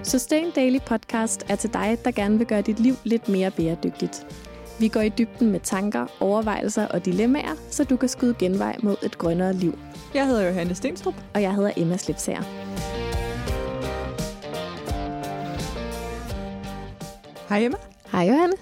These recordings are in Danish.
Sustain Daily Podcast er til dig, der gerne vil gøre dit liv lidt mere bæredygtigt. Vi går i dybden med tanker, overvejelser og dilemmaer, så du kan skyde genvej mod et grønnere liv. Jeg hedder Johanne Stenstrup. Og jeg hedder Emma Slipsager. Hej Emma. Hej Johanne.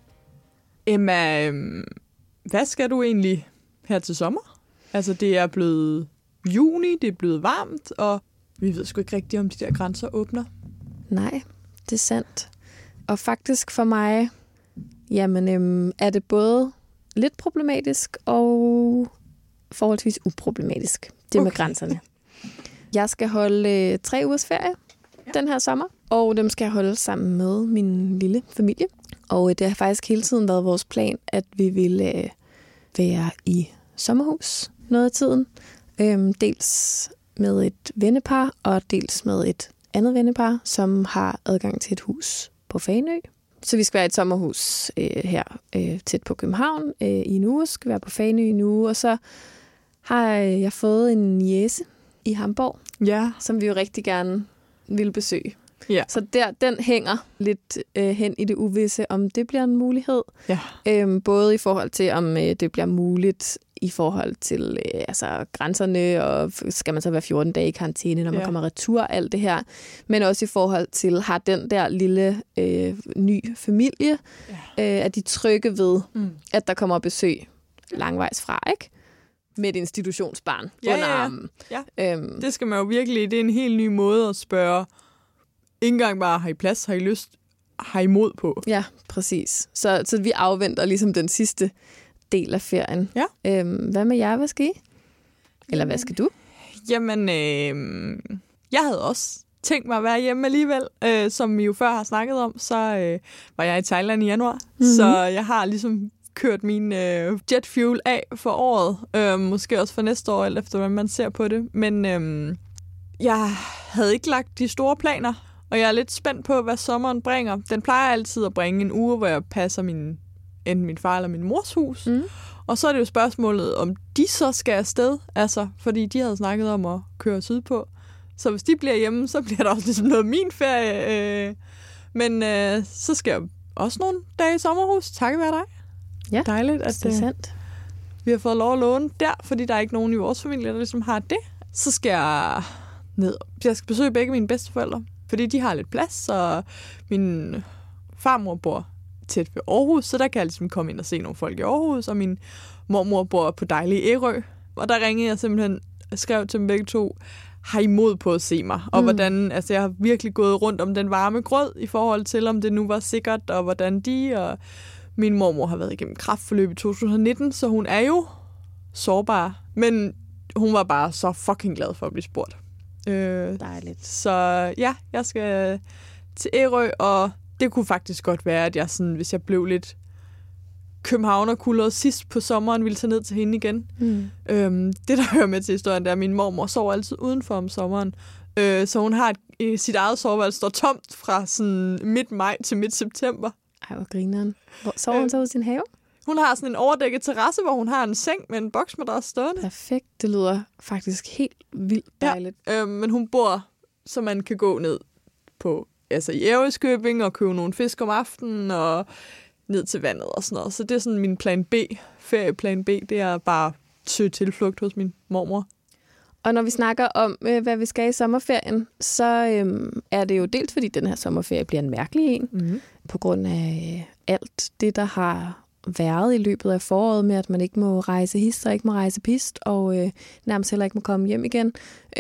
Emma, hvad skal du egentlig her til sommer? Altså, det er blevet juni, det er blevet varmt, og vi ved sgu ikke rigtigt, om de der grænser åbner. Nej, det er sandt. Og faktisk for mig, jamen, er det både lidt problematisk og forholdsvis uproblematisk, det med grænserne. Jeg skal holde 3 ugers ferie den her sommer, og dem skal jeg holde sammen med min lille familie. Og det har faktisk hele tiden været vores plan, at vi ville være i sommerhus noget af tiden. Dels med et vennepar, og dels med et andet vennepar, som har adgang til et hus på Fanø. Så vi skal være i et sommerhus her tæt på København i en uge, skal være på Fanø i en uge, og så har jeg fået en niece i Hamborg, som vi jo rigtig gerne vil besøge. Ja. Så den hænger lidt hen i det uvisse, om det bliver en mulighed. Ja. Både i forhold til, om det bliver muligt i forhold til grænserne, og skal man så være 14 dage i karantæne, når man kommer retur, alt det her. Men også i forhold til, har den der lille ny familie, er de trygge ved, at der kommer besøg langvejs fra, ikke? Med et institutionsbarn under armen. Ja. Det skal man jo virkelig, det er en helt ny måde at spørge, ikke engang bare, har I plads, har I lyst, har I mod på? Ja, præcis. Så vi afventer ligesom den sidste del af ferien. Ja. Hvad med jer? Hvad skal I? Eller hvad skal du? Jamen, jeg havde også tænkt mig at være hjemme alligevel. Som vi jo før har snakket om, så var jeg i Thailand i januar. Mm-hmm. Så jeg har ligesom kørt min jet fuel af for året. Måske også for næste år, efter hvordan man ser på det. Men jeg havde ikke lagt de store planer, og jeg er lidt spændt på, hvad sommeren bringer. Den plejer altid at bringe en uge, hvor jeg passer enten min far eller min mors hus. Mm. Og så er det jo spørgsmålet, om de så skal afsted. Altså, fordi de havde snakket om at køre sydpå. Så hvis de bliver hjemme, så bliver der også ligesom noget min ferie. Men så skal jeg også nogle dage i sommerhus. Takket være dig. Ja, dejligt, at det er sandt. Vi har fået lov at låne der, fordi der er ikke nogen i vores familie, der ligesom har det. Så skal jeg ned. Jeg skal besøge begge mine bedsteforældre, fordi de har lidt plads, og min farmor bor tæt ved Aarhus, så der kan jeg ligesom komme ind og se nogle folk i Aarhus, og min mormor bor på dejlige Ærø. Og der ringede jeg simpelthen og skrev til dem begge to, har I mod på at se mig? Og hvordan, altså jeg har virkelig gået rundt om den varme grød i forhold til, om det nu var sikkert, og hvordan og min mormor har været igennem kræftforløb i 2019, så hun er jo sårbar, men hun var bare så fucking glad for at blive spurgt. Dejligt. Så ja, jeg skal til Ærø, og det kunne faktisk godt være, at jeg sådan, hvis jeg blev lidt københavnerkuldret sidst på sommeren, ville tage ned til hende igen. Det, der hører med til historien, der er, at min mormor sover altid udenfor om sommeren. Så hun har sit eget soveværelse, står tomt fra sådan midt maj til midt september. Ej, hvor grineren. Sover hun så ude i sin have? Hun har sådan en overdækket terrasse, hvor hun har en seng med en boksmadras stående. Perfekt. Det lyder faktisk helt vildt dejligt. Ja, men hun bor, så man kan gå ned på, altså i Ærøskøbing og købe nogle fisk om aftenen og ned til vandet og sådan noget. Så det er sådan min plan B, ferieplan B, det er bare søge tilflugt hos min mormor. Og når vi snakker om, hvad vi skal i sommerferien, så er det jo dels, fordi den her sommerferie bliver en mærkelig en, på grund af alt det, der har været i løbet af foråret med, at man ikke må rejse hist og ikke må rejse pist, og nærmest heller ikke må komme hjem igen.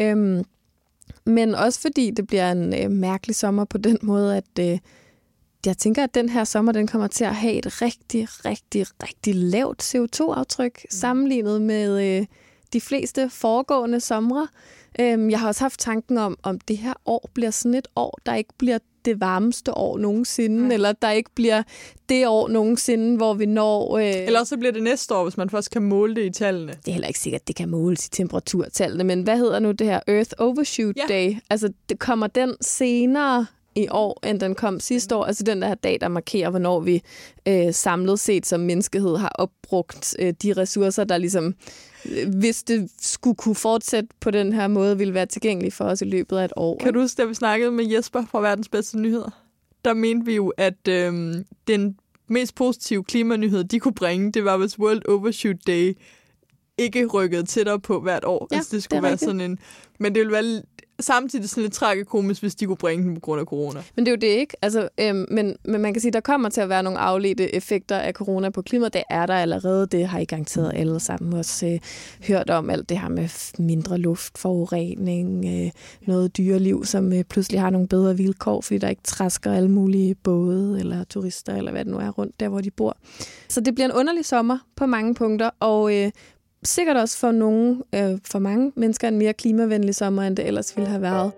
Men også fordi det bliver en mærkelig sommer på den måde, at jeg tænker, at den her sommer, den kommer til at have et rigtig, rigtig, rigtig lavt CO2-aftryk, sammenlignet med de fleste foregående somre. Jeg har også haft tanken om det her år bliver sådan et år, der ikke bliver det varmeste år nogensinde, eller der ikke bliver det år nogensinde, hvor vi når... Eller så bliver det næste år, hvis man først kan måle det i tallene. Det er heller ikke sikkert, at det kan måles i temperaturtallene, men hvad hedder nu det her Earth Overshoot Day? Altså, det kommer den senere i år, end den kom sidste år. Altså den der dag, der markerer, hvornår vi samlet set som menneskehed har opbrugt de ressourcer, der ligesom, hvis det skulle kunne fortsætte på den her måde, ville være tilgængelige for os i løbet af et år. Kan du huske, da vi snakkede med Jesper fra Verdens Bedste Nyheder? Der mente vi jo, at den mest positive klimanyhed, de kunne bringe, det var, hvis World Overshoot Day ikke rykkede tættere på hvert år. Ja, altså, det skulle være sådan en... Men det ville være samtidig sådan lidt tragikomisk, hvis de kunne bringe den på grund af corona. Men det er jo det ikke. Altså, men man kan sige, der kommer til at være nogle afledte effekter af corona på klimaet. Det er der allerede. Det har I garanteret alle sammen også hørt om. Alt det her med mindre luftforurening, noget dyreliv, som pludselig har nogle bedre vilkår, fordi der ikke træsker alle mulige både eller turister, eller hvad det nu er rundt der, hvor de bor. Så det bliver en underlig sommer på mange punkter, og sikkert også for mange mennesker en mere klimavenlig sommer, end det ellers ville have været.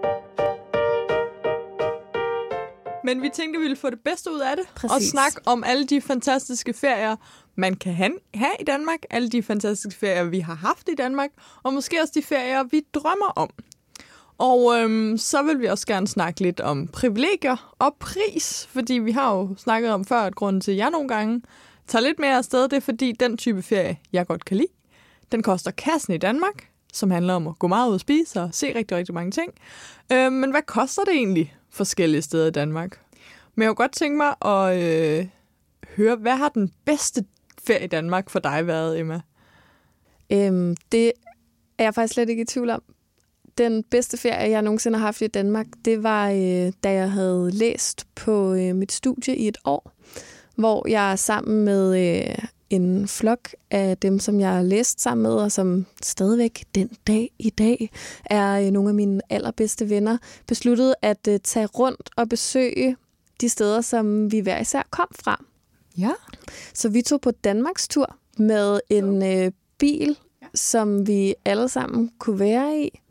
Men vi tænkte, at vi ville få det bedste ud af det. Præcis. Og snakke om alle de fantastiske ferier, man kan have i Danmark. Alle de fantastiske ferier, vi har haft i Danmark. Og måske også de ferier, vi drømmer om. Og så vil vi også gerne snakke lidt om privilegier og pris. Fordi vi har jo snakket om før, at grunden til, at jeg nogle gange tager lidt mere afsted, det er fordi den type ferie, jeg godt kan lide, den koster kassen i Danmark, som handler om at gå meget ud og spise og se rigtig, rigtig mange ting. Men hvad koster det egentlig forskellige steder i Danmark? Men jeg kunne godt tænke mig at høre, hvad har den bedste ferie i Danmark for dig været, Emma? Det er jeg faktisk slet ikke i tvivl om. Den bedste ferie, jeg nogensinde har haft i Danmark, det var, da jeg havde læst på mit studie i et år, hvor jeg sammen med en flok af dem, som jeg har læst sammen med, og som stadigvæk den dag i dag er nogle af mine allerbedste venner, besluttede at tage rundt og besøge de steder, som vi hver især kom fra. Ja. Så vi tog på Danmarks tur med en bil, som vi alle sammen kunne være i.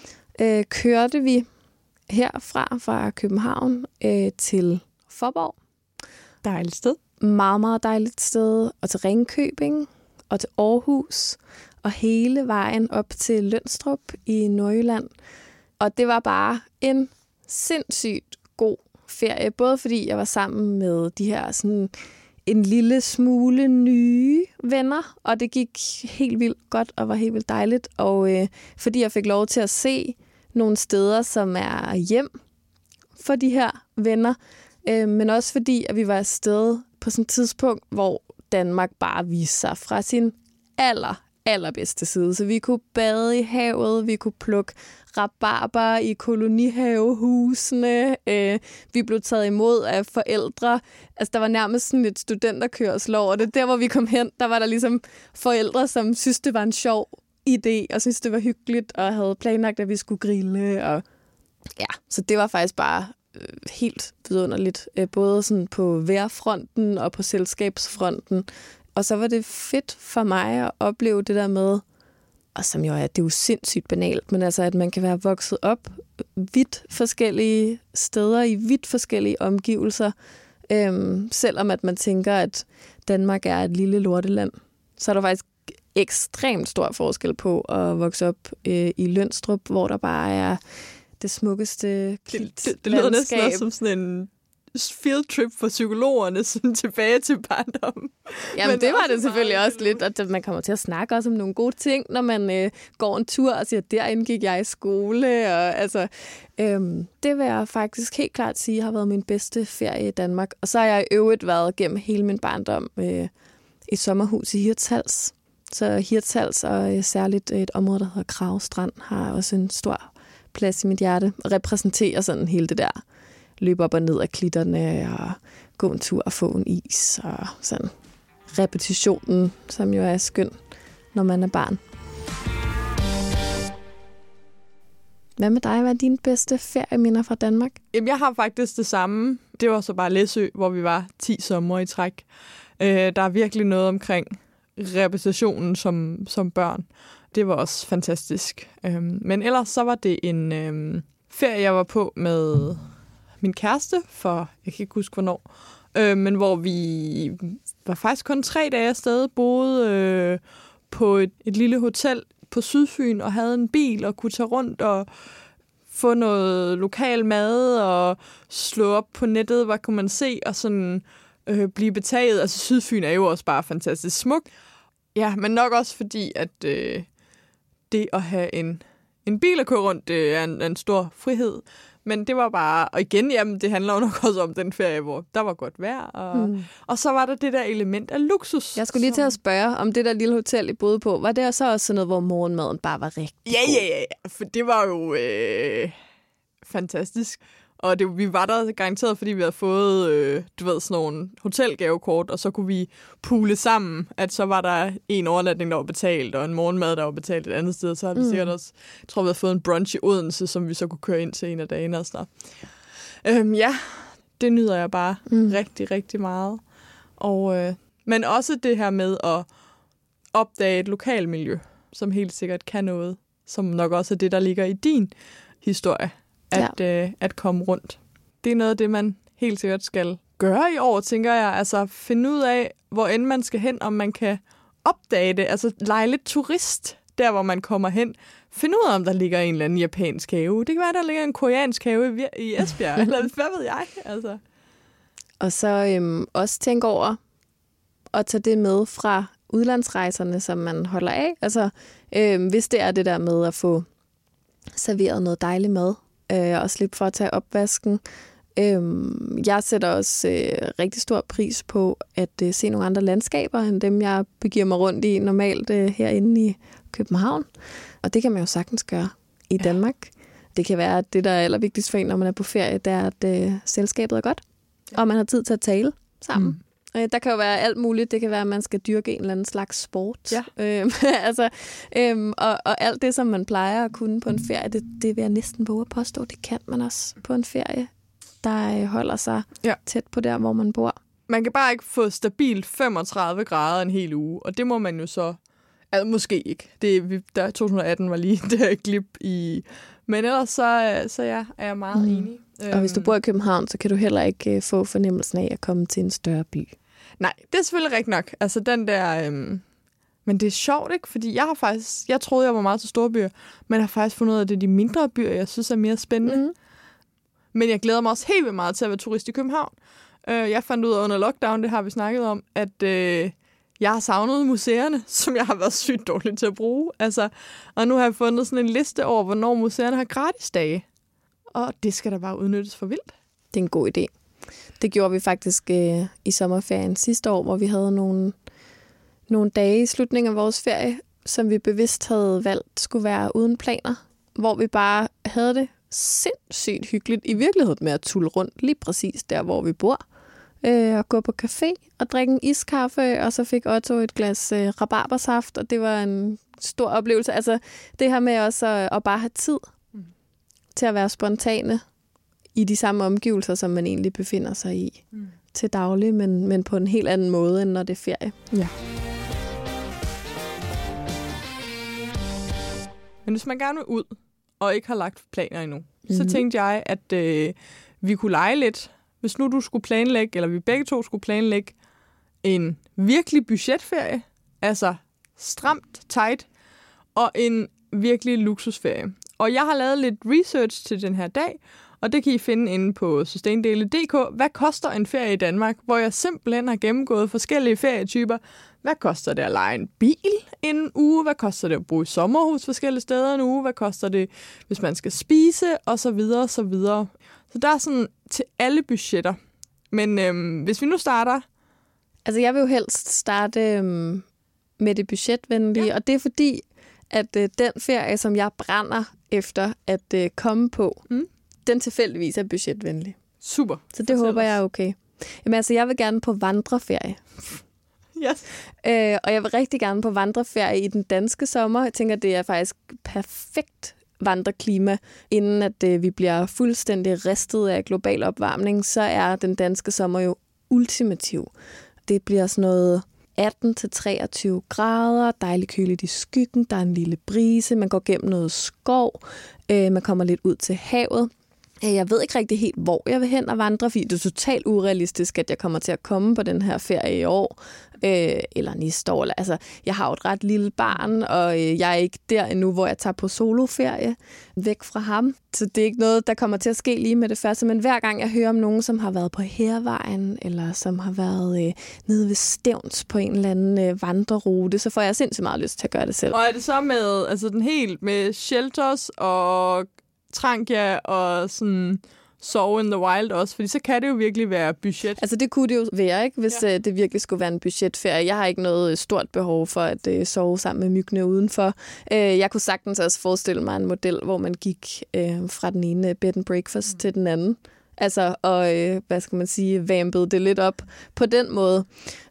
Kørte vi herfra fra København til Faaborg. Dejligt sted. Meget, meget dejligt sted. Og til Ringkøbing og til Aarhus og hele vejen op til Lønstrup i Nordjylland. Og det var bare en sindssygt god ferie. Både fordi jeg var sammen med de her sådan en lille smule nye venner, og det gik helt vildt godt og var helt vildt dejligt. Og fordi jeg fik lov til at se nogle steder, som er hjem for de her venner, men også fordi, at vi var afsted på sådan et tidspunkt, hvor Danmark bare viste sig fra sin allerbedste side. Så vi kunne bade i havet, vi kunne plukke rabarber i kolonihavehusene, vi blev taget imod af forældre. Altså, der var nærmest sådan et studenterkørsel over det. Der, hvor vi kom hen, der var der ligesom forældre, som syntes, det var en sjov idé, og syntes, det var hyggeligt, og havde planlagt, at vi skulle grille. Og ja, så det var faktisk bare helt vidunderligt, både sådan på vejrfronten og på selskabsfronten. Og så var det fedt for mig at opleve det der med, og som jo er, det er jo sindssygt banalt, men altså, at man kan være vokset op vidt forskellige steder, i vidt forskellige omgivelser, selvom at man tænker, at Danmark er et lille lorteland. Så er der faktisk ekstremt stor forskel på at vokse op i Lønstrup, hvor der bare er det smukkeste det lyder næsten også som sådan en fieldtrip for psykologerne, sådan tilbage til barndommen. Jamen, det var det selvfølgelig også lidt, at man kommer til at snakke også om nogle gode ting, når man går en tur og siger, derinde gik jeg i skole. Og, altså, det vil jeg faktisk helt klart sige, har været min bedste ferie i Danmark. Og så har jeg i øvrigt været gennem hele min barndom i sommerhus i Hirtshals. Så Hirtshals og særligt et område, der hedder Kragestrand, har også en stor plads i mit hjerte og repræsenterer sådan hele det der løbe op og ned af klitterne og gå en tur og få en is og sådan repetitionen, som jo er skøn, når man er barn. Hvad med dig? Hvad er dine bedste ferieminder fra Danmark? Jamen, jeg har faktisk det samme. Det var så bare Læsø, hvor vi var 10 sommer i træk. Der er virkelig noget omkring repetitionen som børn. Det var også fantastisk. Men ellers så var det en ferie, jeg var på med min kæreste for, jeg kan ikke huske hvornår, men hvor vi var faktisk kun 3 dage afsted, boede på et lille hotel på Sydfyn og havde en bil og kunne tage rundt og få noget lokal mad og slå op på nettet, hvad kunne man se, og sådan blive betaget. Altså Sydfyn er jo også bare fantastisk smuk. Ja, men nok også fordi, at det at have en bil at køre rundt, det er en stor frihed. Men det var bare, og igen, jamen, det handler jo nok også om den ferie, hvor der var godt vejr. Og så var der det der element af luksus. Jeg skulle lige til at spørge, om det der lille hotel, I boede på, var det så også sådan noget, hvor morgenmaden bare var rigtig god? Ja, for det var jo fantastisk. Og vi var der garanteret, fordi vi havde fået, sådan nogle hotelgavekort, og så kunne vi pule sammen, at så var der en overnatning, der var betalt, og en morgenmad, der var betalt et andet sted. Så havde vi sikkert også, jeg tror, vi havde fået en brunch i Odense, som vi så kunne køre ind til en af dagene og sådan noget. Ja, det nyder jeg bare rigtig, rigtig meget. Men også det her med at opdage et lokalmiljø, som helt sikkert kan noget, som nok også er det, der ligger i din historie. At komme rundt. Det er noget af det, man helt sikkert skal gøre i år, tænker jeg. Altså finde ud af, hvor end man skal hen, om man kan opdage det. Altså lege lidt turist, der hvor man kommer hen. Finde ud af, om der ligger en eller anden japansk have. Det kan være, der ligger en koreansk have i Esbjerg, eller hvad ved jeg. Altså. Og så også tænke over at tage det med fra udlandsrejserne, som man holder af. Altså hvis det er det der med at få serveret noget dejlig mad, og slippe for at tage opvasken. Jeg sætter også rigtig stor pris på at se nogle andre landskaber, end dem, jeg begiver mig rundt i normalt herinde i København. Og det kan man jo sagtens gøre i Danmark. Det kan være, at det, der er allervigtigst for en, når man er på ferie, det er, at selskabet er godt, og man har tid til at tale sammen. Der kan jo være alt muligt. Det kan være, at man skal dyrke en eller anden slags sport. Ja. Og alt det, som man plejer at kunne på en ferie, det vil jeg næsten våge at påstå, det kan man også på en ferie, der holder sig tæt på der, hvor man bor. Man kan bare ikke få stabilt 35 grader en hel uge, og det må man jo så... Altså, måske ikke. 2018 var lige der glip i... Men ellers så er jeg meget enig. Og hvis du bor i København, så kan du heller ikke få fornemmelsen af at komme til en større by. Nej, det er selvfølgelig rigtigt nok. Altså den der... Men det er sjovt, ikke? Fordi jeg troede, jeg var meget til store byer, men jeg har faktisk fundet ud af, at det er de mindre byer, jeg synes er mere spændende. Men jeg glæder mig også helt vildt meget til at være turist i København. Jeg fandt ud af under lockdown, det har vi snakket om, at jeg har savnet museerne, som jeg har været sygt dårlig til at bruge. Altså, og nu har jeg fundet sådan en liste over, hvornår museerne har gratis dage. Og det skal da bare udnyttes for vildt. Det er en god idé. Det gjorde vi faktisk i sommerferien sidste år, hvor vi havde nogle dage i slutningen af vores ferie, som vi bevidst havde valgt skulle være uden planer, hvor vi bare havde det sindssygt hyggeligt i virkeligheden med at tulle rundt lige præcis der, hvor vi bor. Og gå på café og drikke en iskaffe, og så fik Otto et glas rabarbersaft, og det var en stor oplevelse. Altså det her med også at bare have tid til at være spontane i de samme omgivelser, som man egentlig befinder sig i til daglig, men på en helt anden måde, end når det er ferie. Ja. Men hvis man gerne vil ud, og ikke har lagt planer endnu, så tænkte jeg, at vi kunne lege lidt. Hvis nu du skulle planlægge, eller vi begge to skulle planlægge en virkelig budgetferie, altså stramt, tight, og en virkelig luksusferie. Og jeg har lavet lidt research til den her dag, og det kan I finde inde på sustaindele.dk. Hvad koster en ferie i Danmark? Hvor jeg simpelthen har gennemgået forskellige ferietyper. Hvad koster det at leje en bil en uge? Hvad koster det at bo i sommerhus forskellige steder en uge? Hvad koster det, hvis man skal spise? Og så videre, og så videre. Så der er sådan til alle budgetter. Men hvis vi nu starter... Altså jeg vil jo helst starte med det budgetvenlige, og det er fordi, at den ferie, som jeg brænder efter at komme på, den tilfældigvis er budgetvenlig. Super. Så det håber jeg er okay. Jamen altså, jeg vil gerne på vandreferie. Yes. Og jeg vil rigtig gerne på vandreferie i den danske sommer. Jeg tænker, det er faktisk perfekt vandreklima. Inden at vi bliver fuldstændig ristet af global opvarmning, så er den danske sommer jo ultimativ. Det bliver sådan noget 18-23 grader, dejligt køligt i skyggen, der er en lille brise, man går gennem noget skov, man kommer lidt ud til havet. Jeg ved ikke rigtig helt, hvor jeg vil hen og vandre, fordi det er totalt urealistisk, at jeg kommer til at komme på den her ferie i år, eller næste år. Altså, jeg har jo et ret lille barn, og jeg er ikke der endnu, hvor jeg tager på soloferie væk fra ham. Så det er ikke noget, der kommer til at ske lige med det første. Men hver gang jeg hører om nogen, som har været på Hærvejen, eller som har været nede ved Stevns på en eller anden vandrerute, så får jeg sindssygt meget lyst til at gøre det selv. Og er det så med altså den helt med shelters og Trangia og sådan sove in the wild også? Fordi så kan det jo virkelig være budget. Altså det kunne det jo være, ikke, hvis det virkelig skulle være en budgetferie. Jeg har ikke noget stort behov for at sove sammen med myggene udenfor. Jeg kunne sagtens også forestille mig en model, hvor man gik fra den ene bed and breakfast til den anden. Altså, og hvad skal man sige, vampede det lidt op på den måde.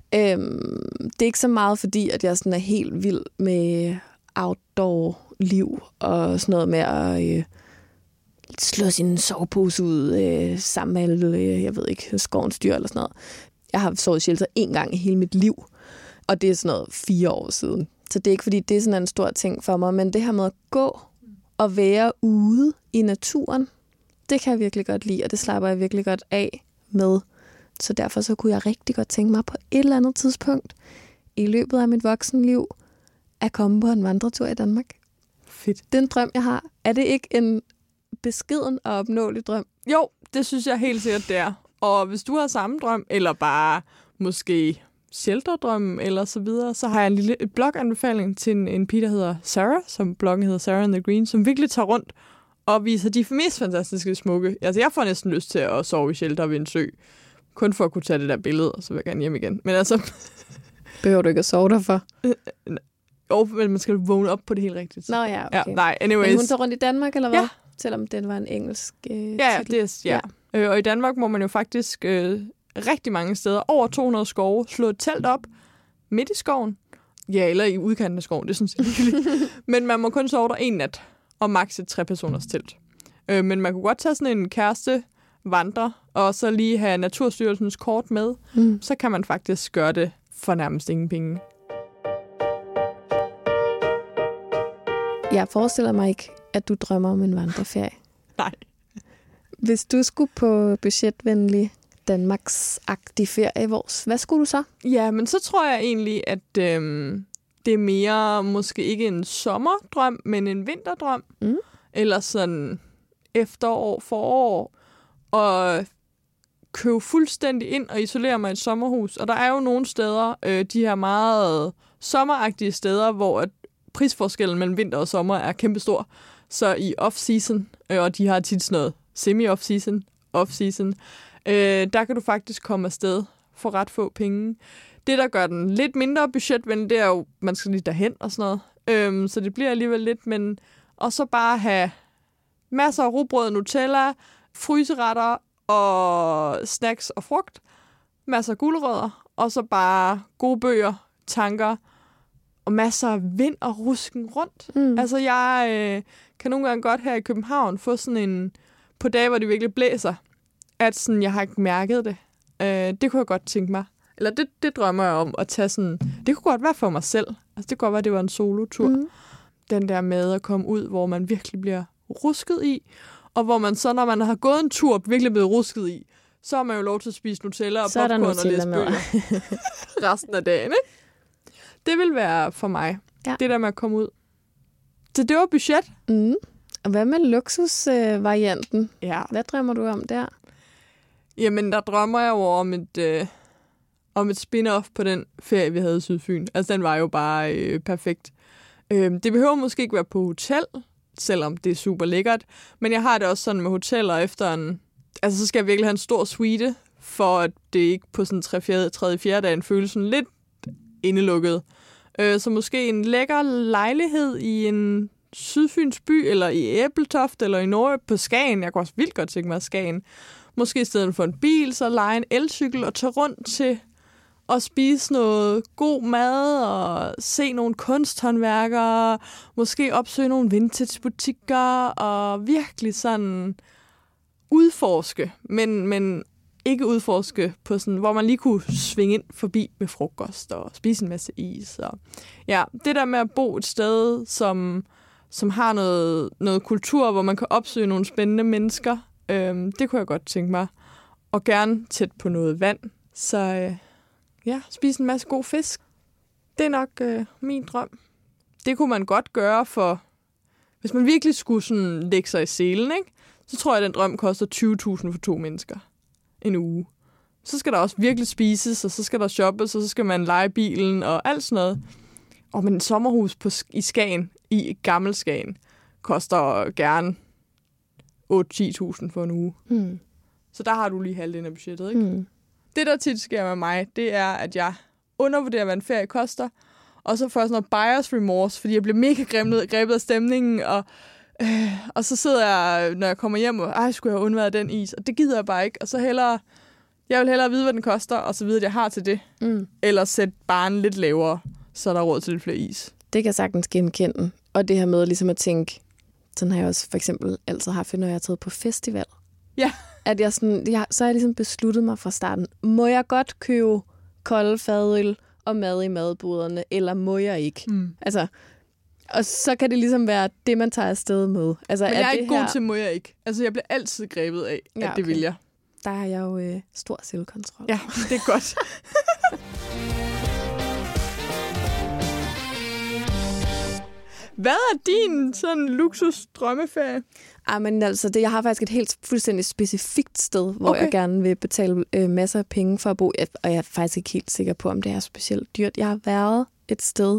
Det er ikke så meget, fordi at jeg sådan er helt vild med outdoor-liv og sådan noget med at slå sin sovepose ud sammen med alle, jeg ved ikke, skovens dyr eller sådan noget. Jeg har sovet i shelter 1 gang i hele mit liv, og det er sådan noget 4 år siden. Så det er ikke, fordi det er sådan en stor ting for mig, men det her med at gå og være ude i naturen, det kan jeg virkelig godt lide, og det slapper jeg virkelig godt af med. Så derfor så kunne jeg rigtig godt tænke mig på et eller andet tidspunkt i løbet af mit voksenliv at komme på en vandretur i Danmark. Fedt. Det er en drøm, jeg har. Er det ikke en beskeden og opnåelig drøm? Jo, det synes jeg helt sikkert, det er. Og hvis du har samme drøm, eller bare måske shelterdrøm eller så videre, så har jeg en bloganbefaling til en pige, der hedder Sarah, som bloggen hedder Sarah and the Green, som virkelig tager rundt og viser de mest fantastiske smukke. Altså, jeg får næsten lyst til at sove i shelter ved en sø, kun for at kunne tage det der billede, og så vil jeg gerne hjem igen. Men altså... Behøver du ikke at sove derfor? Jo, men man skal vågne op på det helt rigtigt. Nå ja, okay. Ja, nej, anyways. Men hun tager rundt i Danmark, eller hvad? Ja. Selvom den var en engelsk titel. Og i Danmark må man jo faktisk rigtig mange steder, over 200 skove, slå et telt op midt i skoven. Ja, eller i udkanten af skoven, det synes jeg virkelig. Men man må kun sove der 1 nat, og maks et 3-personers telt. Men man kunne godt tage sådan en kæreste vandre, og så lige have Naturstyrelsens kort med. Så kan man faktisk gøre det for nærmest ingen penge. Jeg forestiller mig ikke, at du drømmer om en vandreferie. Nej. Hvis du skulle på budgetvenlig Danmarks-agtig ferie, hvad skulle du så? Ja, men så tror jeg egentlig, at det er mere måske ikke en sommerdrøm, men en vinterdrøm. Eller sådan efterår, forår. Og købe fuldstændig ind og isolere mig i et sommerhus. Og der er jo nogle steder, de her meget sommeragtige steder, hvor at prisforskellen mellem vinter og sommer er kæmpestor. Så i off-season, og de har tit sådan noget semi-off-season, off-season, der kan du faktisk komme afsted for ret få penge. Det, der gør den lidt mindre budgetvenlig, det er jo, man skal lige derhen og sådan noget. Så det bliver alligevel lidt, men... Og så bare have masser af rugbrød, Nutella, fryseretter og snacks og frugt. Masser af gulerødder, og så bare gode bøger, tanker, og masser af vind og rusken rundt. Altså, jeg kan nogle gange godt her i København få sådan en... På dage, hvor det virkelig blæser, at sådan, jeg har ikke mærket det. Det kunne jeg godt tænke mig. Eller det drømmer jeg om at tage sådan... Det kunne godt være for mig selv. Altså, det kunne godt være, at det var en solotur. Den der med at komme ud, hvor man virkelig bliver rusket i, og hvor man så, når man har gået en tur, virkelig blevet rusket i, så har man jo lov til at spise Nutella og popcorn og læse bøger resten af dagen, ikke? Det vil være for mig, det der med at komme ud. Så det var budget. Og hvad med luksusvarianten? Hvad drømmer du om der? Jamen, der drømmer jeg jo om et spin-off på den ferie, vi havde i Sydfyn. Altså, den var jo bare perfekt. Det behøver måske ikke være på hotel, selvom det er super lækkert. Men jeg har det også sådan med hoteller efter en... Altså, så skal jeg virkelig have en stor suite, for at det ikke på sådan 3-4 dagen føles sådan lidt indelukket. Så måske en lækker lejlighed i en Sydfyns by, eller i Æbeltoft, eller i Norge på Skagen. Jeg kunne også vildt godt tænke mig Skagen. Måske i stedet for en bil, så lege en elcykel og tage rundt til at spise noget god mad og se nogle kunsthåndværkere, måske opsøge nogle vintagebutikker og virkelig sådan udforske, men ikke udforske på sådan, hvor man lige kunne svinge ind forbi med frokost og spise en masse is. Og ja, det der med at bo et sted, som har noget kultur, hvor man kan opsøge nogle spændende mennesker, Det kunne jeg godt tænke mig. Og gerne tæt på noget vand. Så spise en masse god fisk. Det er nok min drøm. Det kunne man godt gøre for... Hvis man virkelig skulle sådan lægge sig i selen, ikke? Så tror jeg, at den drøm koster 20.000 for 2 mennesker. En uge. Så skal der også virkelig spises, og så skal der shoppes, og så skal man leje bilen og alt sådan noget. Og men en sommerhus i Skagen, i gammel Skagen, koster gerne 8-10.000 for en uge. Så der har du lige halvdelen af budgettet, ikke? Det, der tit sker med mig, det er, at jeg undervurderer, hvad en ferie koster, og så får jeg sådan noget buyer's remorse, fordi jeg bliver mega grebet af stemningen, og så sidder jeg, når jeg kommer hjem, og skulle jeg have undværet den is, og det gider jeg bare ikke, og så jeg vil hellere vide, hvad den koster, og så vide, at jeg har til det, eller sætte barnen lidt lavere, så er der råd til lidt flere is. Det kan jeg sagtens genkende, og det her med ligesom at tænke, sådan har jeg også for eksempel altid haft, når jeg har taget på festival. Ja. At jeg sådan, så har jeg ligesom besluttet mig fra starten, må jeg godt købe kolde fadøl og mad i madboderne, eller må jeg ikke? Altså, og så kan det ligesom være det, man tager afsted med. Altså, men jeg er ikke god til, må jeg ikke. Altså, jeg bliver altid grebet af, at det vil jeg. Der har jeg jo stor selvkontrol. Ja, det er godt. Hvad er din sådan luksus-drømmeferie? Men altså, jeg har faktisk et helt fuldstændig specifikt sted, hvor jeg gerne vil betale masser af penge for at bo. Og jeg er faktisk ikke helt sikker på, om det er specielt dyrt. Jeg har været et sted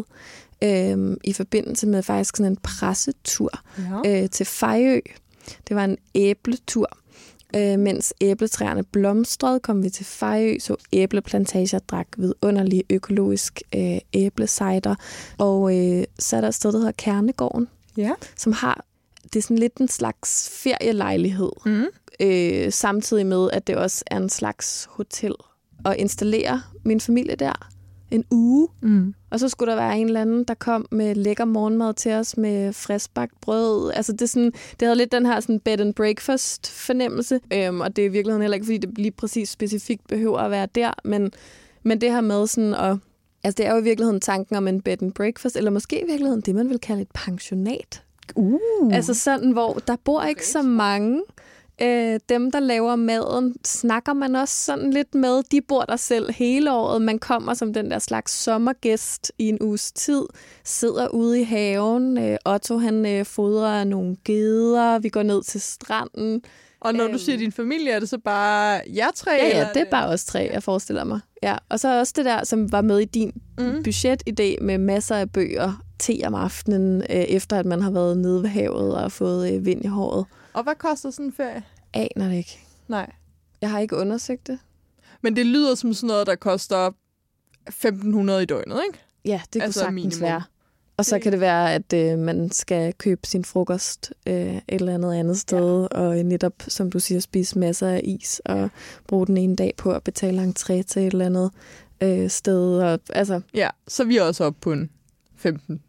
i forbindelse med faktisk sådan en pressetur til Fejø. Det var en æbletur. Mens æbletræerne blomstrede, kom vi til Fejø, så æbleplantager, drak vidunderlig økologisk æblecider. Og så er der et sted, der hedder Kernegården, som har, det er sådan lidt en slags ferielejlighed, samtidig med, at det også er en slags hotel. Og installere min familie der en uge, og så skulle der være en eller anden, der kom med lækker morgenmad til os med friskbagt brød. Altså det havde lidt den her sådan bed and breakfast fornemmelse, og det er i virkeligheden heller ikke, fordi det lige præcis specifikt behøver at være der, men det her med sådan at, altså det er jo i virkeligheden tanken om en bed and breakfast, eller måske i virkeligheden det, man vil kalde et pensionat. Altså sådan, hvor der bor ikke så mange. Dem, der laver maden, snakker man også sådan lidt med. De bor der selv hele året. Man kommer som den der slags sommergæst i en uges tid, sidder ude i haven. Otto, han fodrer nogle geder. Vi går ned til stranden. Og når du siger din familie, er det så bare jer tre? Ja, det er bare os tre, jeg forestiller mig. Ja. Og så også det der, som var med i din budgetidé med masser af bøger, te om aftenen, efter at man har været nede ved havet og fået vind i håret. Og hvad koster sådan en ferie? Aner det ikke. Nej. Jeg har ikke undersøgt det. Men det lyder som sådan noget, der koster 1.500 i døgnet, ikke? Ja, det kunne sagtens minimum. være. Og så kan det være, at man skal købe sin frokost et eller andet sted, og netop, som du siger, spise masser af is, og bruge den ene dag på at betale entré til et eller andet sted. Og, altså. Ja, så er vi også oppe på en 15.000.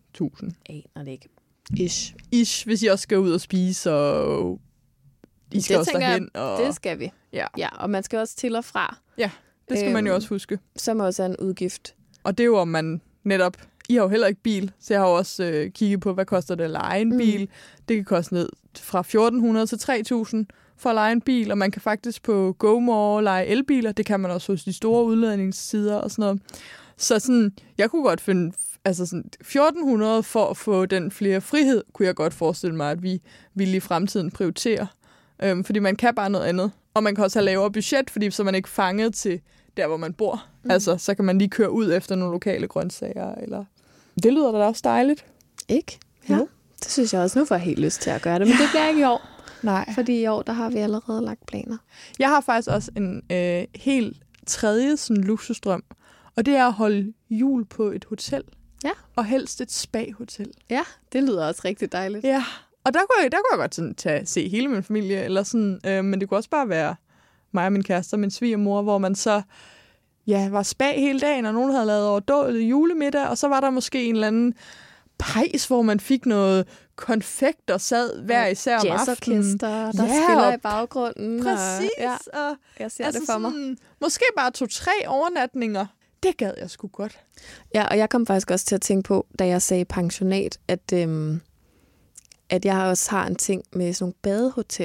Aner det ikke. Ish, hvis I også skal ud og spise, og I skal også derhen. Og... Det skal vi. Ja, og man skal også til og fra. Ja, det skal man jo også huske. Som også er en udgift. Og det er jo, om man netop... I har jo heller ikke bil, så jeg har jo også kigget på, hvad koster det at leje en bil. Det kan koste ned fra 1.400 til 3.000 for at leje en bil, og man kan faktisk på GoMore leje elbiler. Det kan man også hos de store udladningssider og sådan noget. Så sådan, jeg kunne godt finde... Altså sådan 1.400 for at få den flere frihed, kunne jeg godt forestille mig, at vi ville i fremtiden prioritere. Fordi man kan bare noget andet. Og man kan også have lavere budget, fordi så er man ikke fanget til der, hvor man bor. Altså, så kan man lige køre ud efter nogle lokale grøntsager. Eller... Det lyder da også dejligt. Ikke? Ja, det synes jeg også. Nu får jeg helt lyst til at gøre det, men det bliver ikke i år. Nej. Fordi i år, der har vi allerede lagt planer. Jeg har faktisk også en helt tredje sådan luksusdrøm. Og det er at holde jul på et hotel. Ja. Og helst et spa-hotel. Ja, det lyder også rigtig dejligt. Ja, og der kunne jeg godt sådan se hele min familie, eller sådan, men det kunne også bare være mig og min kæreste og min svigermor, hvor man så var spa hele dagen, og nogen havde lavet overdådet julemiddag, og så var der måske en eller anden pejs, hvor man fik noget konfekt og sad hver især om aftenen. Jazzorkester, der spiller i baggrunden. Præcis. Og jeg ser det for mig. Sådan, måske bare 2-3 overnatninger. Det gad jeg sgu godt. Ja, og jeg kom faktisk også til at tænke på, da jeg sagde pensionat, at jeg også har en ting med sådan nogle badehoteller.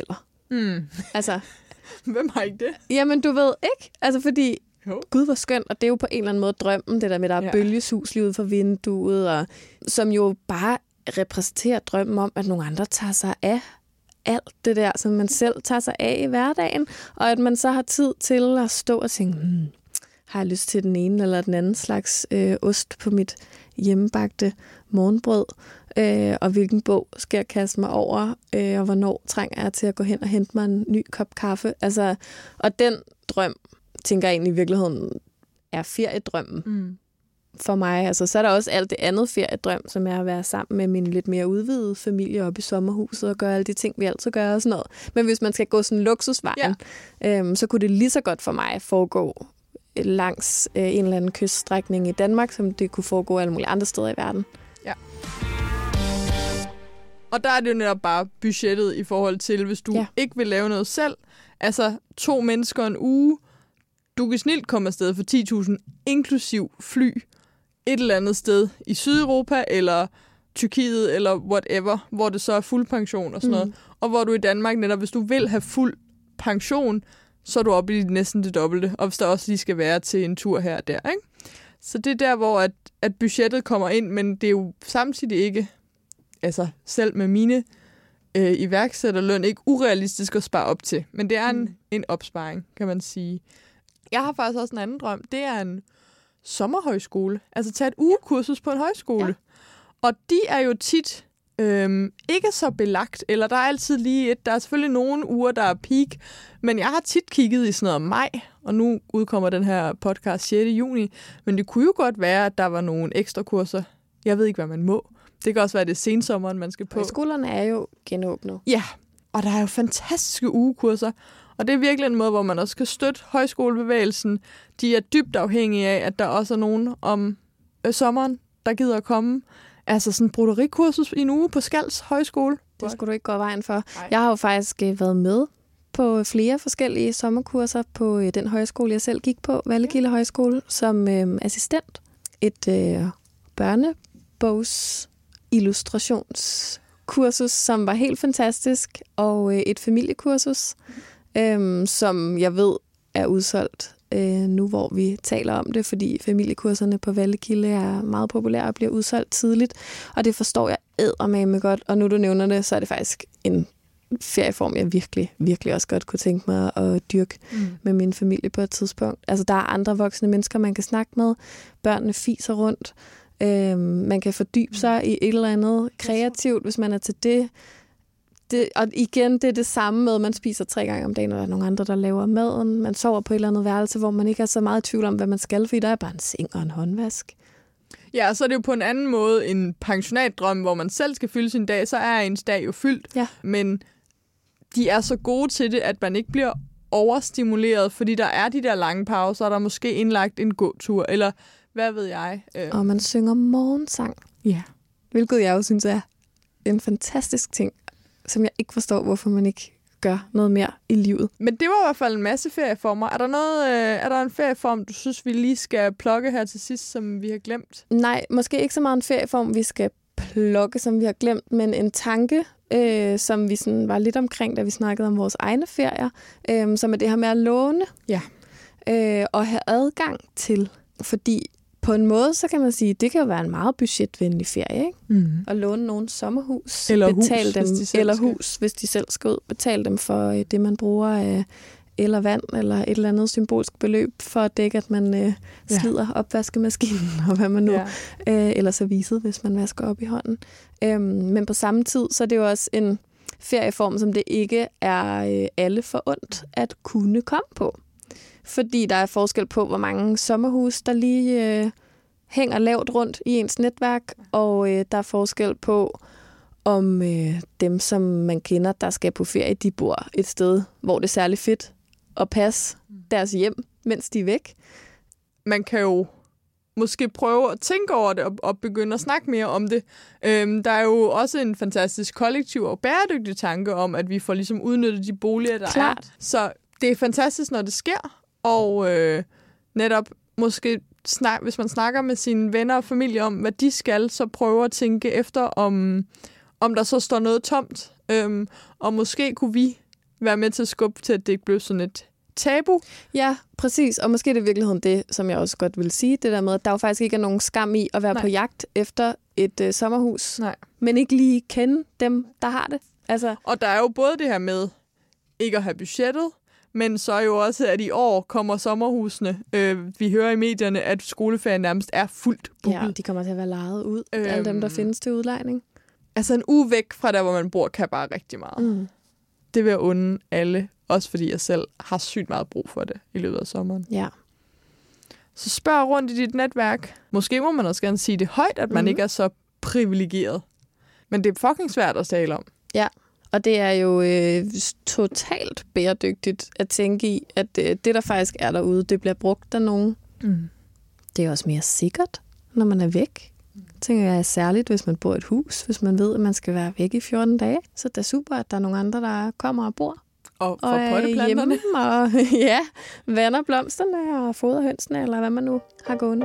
Altså, hvem har ikke det? jamen, du ved ikke. Altså, fordi Jo. Gud, hvor skønt, og det er jo på en eller anden måde drømmen, det der med, der er bølgesus lige ude for vinduet, og som jo bare repræsenterer drømmen om, at nogle andre tager sig af alt det der, som man selv tager sig af i hverdagen, og at man så har tid til at stå og tænke, har jeg lyst til den ene eller den anden slags ost på mit hjemmebagte morgenbrød, og hvilken bog skal jeg kaste mig over, og hvornår trænger jeg til at gå hen og hente mig en ny kop kaffe. Altså, og den drøm, tænker jeg egentlig i virkeligheden, er feriedrømmen for mig. Altså, så er der også alt det andet feriedrøm, som er at være sammen med min lidt mere udvidede familie oppe i sommerhuset og gøre alle de ting, vi altid gør og sådan noget. Men hvis man skal gå sådan luksusvejen, så kunne det lige så godt for mig foregå langs en eller anden kyststrækning i Danmark, som det kunne foregå alle mulige andre steder i verden. Ja. Og der er det jo netop bare budgettet i forhold til, hvis du ikke vil lave noget selv. Altså 2 mennesker en uge. Du kan snilt komme afsted for 10.000, inklusiv fly, et eller andet sted i Sydeuropa, eller Tyrkiet, eller whatever, hvor det så er fuld pension og sådan noget. Og hvor du i Danmark netop, hvis du vil have fuld pension, så er du oppe i næsten det dobbelte, og hvis der også lige skal være til en tur her og der, ikke? Så det er der, hvor at budgettet kommer ind, men det er jo samtidig ikke, altså selv med mine iværksætterløn, ikke urealistisk at spare op til. Men det er en opsparing, kan man sige. Jeg har faktisk også en anden drøm. Det er en sommerhøjskole. Altså tage et ugekursus på en højskole. Ja. Og de er jo tit ikke så belagt, eller der er altid lige der er selvfølgelig nogle uger, der er peak, men jeg har tit kigget i sådan noget maj, og nu udkommer den her podcast 6. juni, men det kunne jo godt være, at der var nogle ekstra kurser. Jeg ved ikke, hvad man må. Det kan også være, det er sensommeren, man skal på. Højskolerne er jo genåbnet. Ja, og der er jo fantastiske ugekurser, og det er virkelig en måde, hvor man også kan støtte højskolebevægelsen. De er dybt afhængige af, at der også er nogen om sommeren, der gider at komme. Altså sådan en broderikursus i en uge på Skals Højskole. Det skulle du ikke gå vejen for. Nej. Jeg har jo faktisk været med på flere forskellige sommerkurser på den højskole, jeg selv gik på, Vallekilde Højskole, som assistent. Et børnebogs illustrationskursus, som var helt fantastisk, og et familiekursus, som jeg ved er udsolgt nu, hvor vi taler om det, fordi familiekurserne på Vallekilde er meget populære og bliver udsolgt tidligt, og det forstår jeg eddermame godt, og nu du nævner det, så er det faktisk en ferieform, jeg virkelig, virkelig også godt kunne tænke mig at dyrke med min familie på et tidspunkt. Altså, der er andre voksne mennesker, man kan snakke med, børnene fiser rundt, man kan fordybe sig i et eller andet kreativt, hvis man er til det. Og igen, det er det samme med, at man spiser 3 gange om dagen, og der er nogle andre, der laver maden. Man sover på et eller andet værelse, hvor man ikke er så meget i tvivl om, hvad man skal, fordi der er bare en seng og en håndvask. Ja, og så er det jo på en anden måde en pensionatdrøm, hvor man selv skal fylde sin dag, så er ens dag jo fyldt. Ja. Men de er så gode til det, at man ikke bliver overstimuleret, fordi der er de der lange pauser, og der er måske indlagt en gåtur, eller hvad ved jeg. Og man synger morgensang. Ja. Hvilket jeg jo synes er en fantastisk ting, som jeg ikke forstår, hvorfor man ikke gør noget mere i livet. Men det var i hvert fald en masse ferieformer. Er der en ferieform, du synes, vi lige skal plukke her til sidst, som vi har glemt? Nej, måske ikke så meget en ferieform, vi skal plukke, som vi har glemt, men en tanke, som vi sådan var lidt omkring, da vi snakkede om vores egne ferier, som er det her med at låne og have adgang til. Fordi på en måde, så kan man sige, det kan jo være en meget budgetvenlig ferie, ikke? Mm. At låne nogen sommerhus, eller betale hus, dem, hvis de selv skal ud, betale dem for det, man bruger af eller vand, eller et eller andet symbolsk beløb, for at dække, at man slider opvaskemaskinen, og hvad man nu, eller servicet, hvis man vasker op i hånden. Men på samme tid, så er det jo også en ferieform, som det ikke er alle forundt at kunne komme på. Fordi der er forskel på, hvor mange sommerhus, der lige hænger lavt rundt i ens netværk, og der er forskel på, om dem, som man kender, der skal på ferie, de bor et sted, hvor det er særlig fedt at passe deres hjem, mens de er væk. Man kan jo måske prøve at tænke over det og begynde at snakke mere om det. Der er jo også en fantastisk kollektiv og bæredygtig tanke om, at vi får ligesom udnyttet de boliger, der er. Så det er fantastisk, når det sker. Og netop måske, hvis man snakker med sine venner og familie om, hvad de skal, så prøve at tænke efter, om der så står noget tomt. Og måske kunne vi være med til at skubbe til, at det ikke blev sådan et tabu. Ja, præcis. Og måske er det i virkeligheden det, som jeg også godt vil sige, det der med, at der jo faktisk ikke er nogen skam i at være på jagt efter et sommerhus. Nej. Men ikke lige kende dem, der har det. Altså. Og der er jo både det her med ikke at have budgettet, men så jo også, at i år kommer sommerhusene. Vi hører i medierne, at skoleferien nærmest er fuldt booket. Ja, de kommer til at være lejet ud. Alle dem, der findes til udlejning. Altså en uge væk fra der, hvor man bor, kan bare rigtig meget. Mm. Det vil jeg unde alle. Også fordi jeg selv har sygt meget brug for det i løbet af sommeren. Ja. Så spørg rundt i dit netværk. Måske må man også gerne sige det højt, at man ikke er så privilegeret. Men det er fucking svært at tale om. Ja, og det er jo totalt bæredygtigt at tænke i, at det, der faktisk er derude, det bliver brugt af nogen. Mm. Det er også mere sikkert, når man er væk. Tænker jeg særligt, hvis man bor i et hus, hvis man ved, at man skal være væk i 14 dage. Så det er super, at der er nogle andre, der kommer og bor. Og potteplanterne. Hjemme, og vander blomsterne og fodrer hønsene, eller hvad man nu har gående.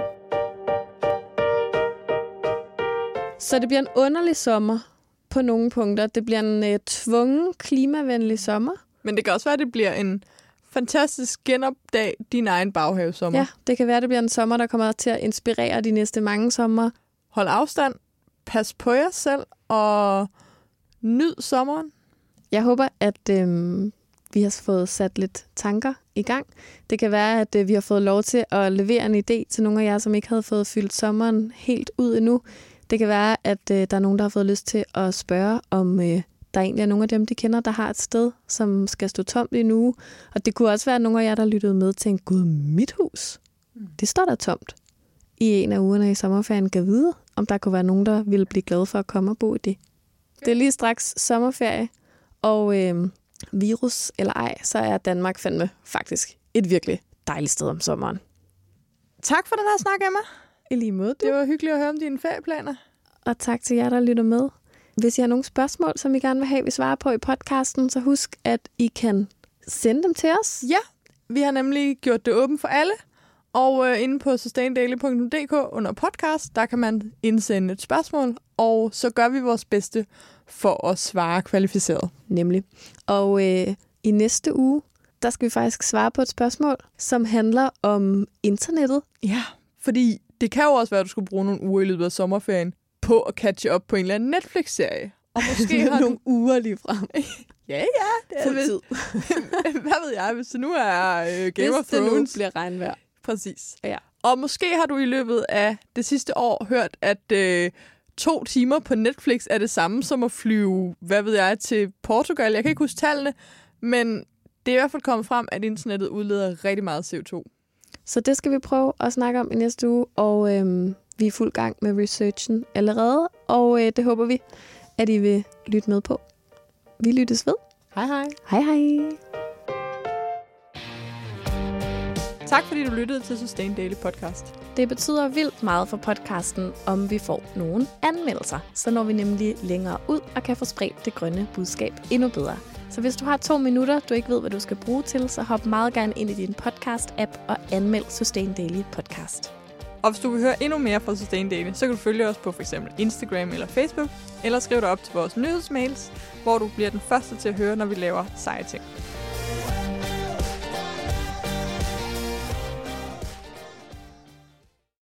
Så det bliver en underlig sommer på nogle punkter. Det bliver en tvungen, klimavenlig sommer. Men det kan også være, at det bliver en fantastisk genopdag din egen baghavesommer. Ja, det kan være, at det bliver en sommer, der kommer til at inspirere de næste mange sommer. Hold afstand, pas på jer selv og nyd sommeren. Jeg håber, at vi har fået sat lidt tanker i gang. Det kan være, at vi har fået lov til at levere en idé til nogle af jer, som ikke havde fået fyldt sommeren helt ud endnu. Det kan være, at der er nogen, der har fået lyst til at spørge, om der egentlig er nogle af dem, de kender, der har et sted, som skal stå tomt i en uge. Og det kunne også være nogle af jer, der lyttede med og tænkte, gud, mit hus, det står der tomt i en af ugerne i sommerferien. Kan vide, om der kunne være nogen, der ville blive glade for at komme og bo i det. Det er lige straks sommerferie, og virus eller ej, så er Danmark fandme faktisk et virkelig dejligt sted om sommeren. Tak for den her snak, Emma. I lige måde, du. Det var hyggeligt at høre om dine ferieplaner. Og tak til jer, der lytter med. Hvis I har nogle spørgsmål, som I gerne vil have, vi svarer på i podcasten, så husk, at I kan sende dem til os. Ja, vi har nemlig gjort det åbent for alle. Og inde på sustaindaily.dk under podcast, der kan man indsende et spørgsmål, og så gør vi vores bedste for at svare kvalificeret. Nemlig. Og i næste uge, der skal vi faktisk svare på et spørgsmål, som handler om internettet. Ja, fordi det kan jo også være, at du skulle bruge nogle uger i løbet af sommerferien på at catche op på en eller anden Netflix-serie. Og måske har nogle uger lige frem. Ja, det er tid. Hvad ved jeg, hvis det nu er Game of Thrones. Hvis det nu bliver regnvejr. Præcis. Ja. Og måske har du i løbet af det sidste år hørt, at 2 timer på Netflix er det samme som at flyve, hvad ved jeg, til Portugal. Jeg kan ikke huske tallene, men det er i hvert fald kommet frem, at internettet udleder rigtig meget CO2. Så det skal vi prøve at snakke om i næste uge, og vi er i fuld gang med researchen allerede, og det håber vi, at I vil lytte med på. Vi lyttes ved. Hej hej. Hej hej. Tak fordi du lyttede til Sustain Daily Podcast. Det betyder vildt meget for podcasten, om vi får nogle anmeldelser. Så når vi nemlig længere ud og kan få spredt det grønne budskab endnu bedre. Så hvis du har 2 minutter, du ikke ved, hvad du skal bruge til, så hop meget gerne ind i din podcast-app og anmeld Sustain Daily Podcast. Og hvis du vil høre endnu mere fra Sustain Daily, så kan du følge os på f.eks. Instagram eller Facebook, eller skrive dig op til vores nyhedsmails, hvor du bliver den første til at høre, når vi laver seje ting.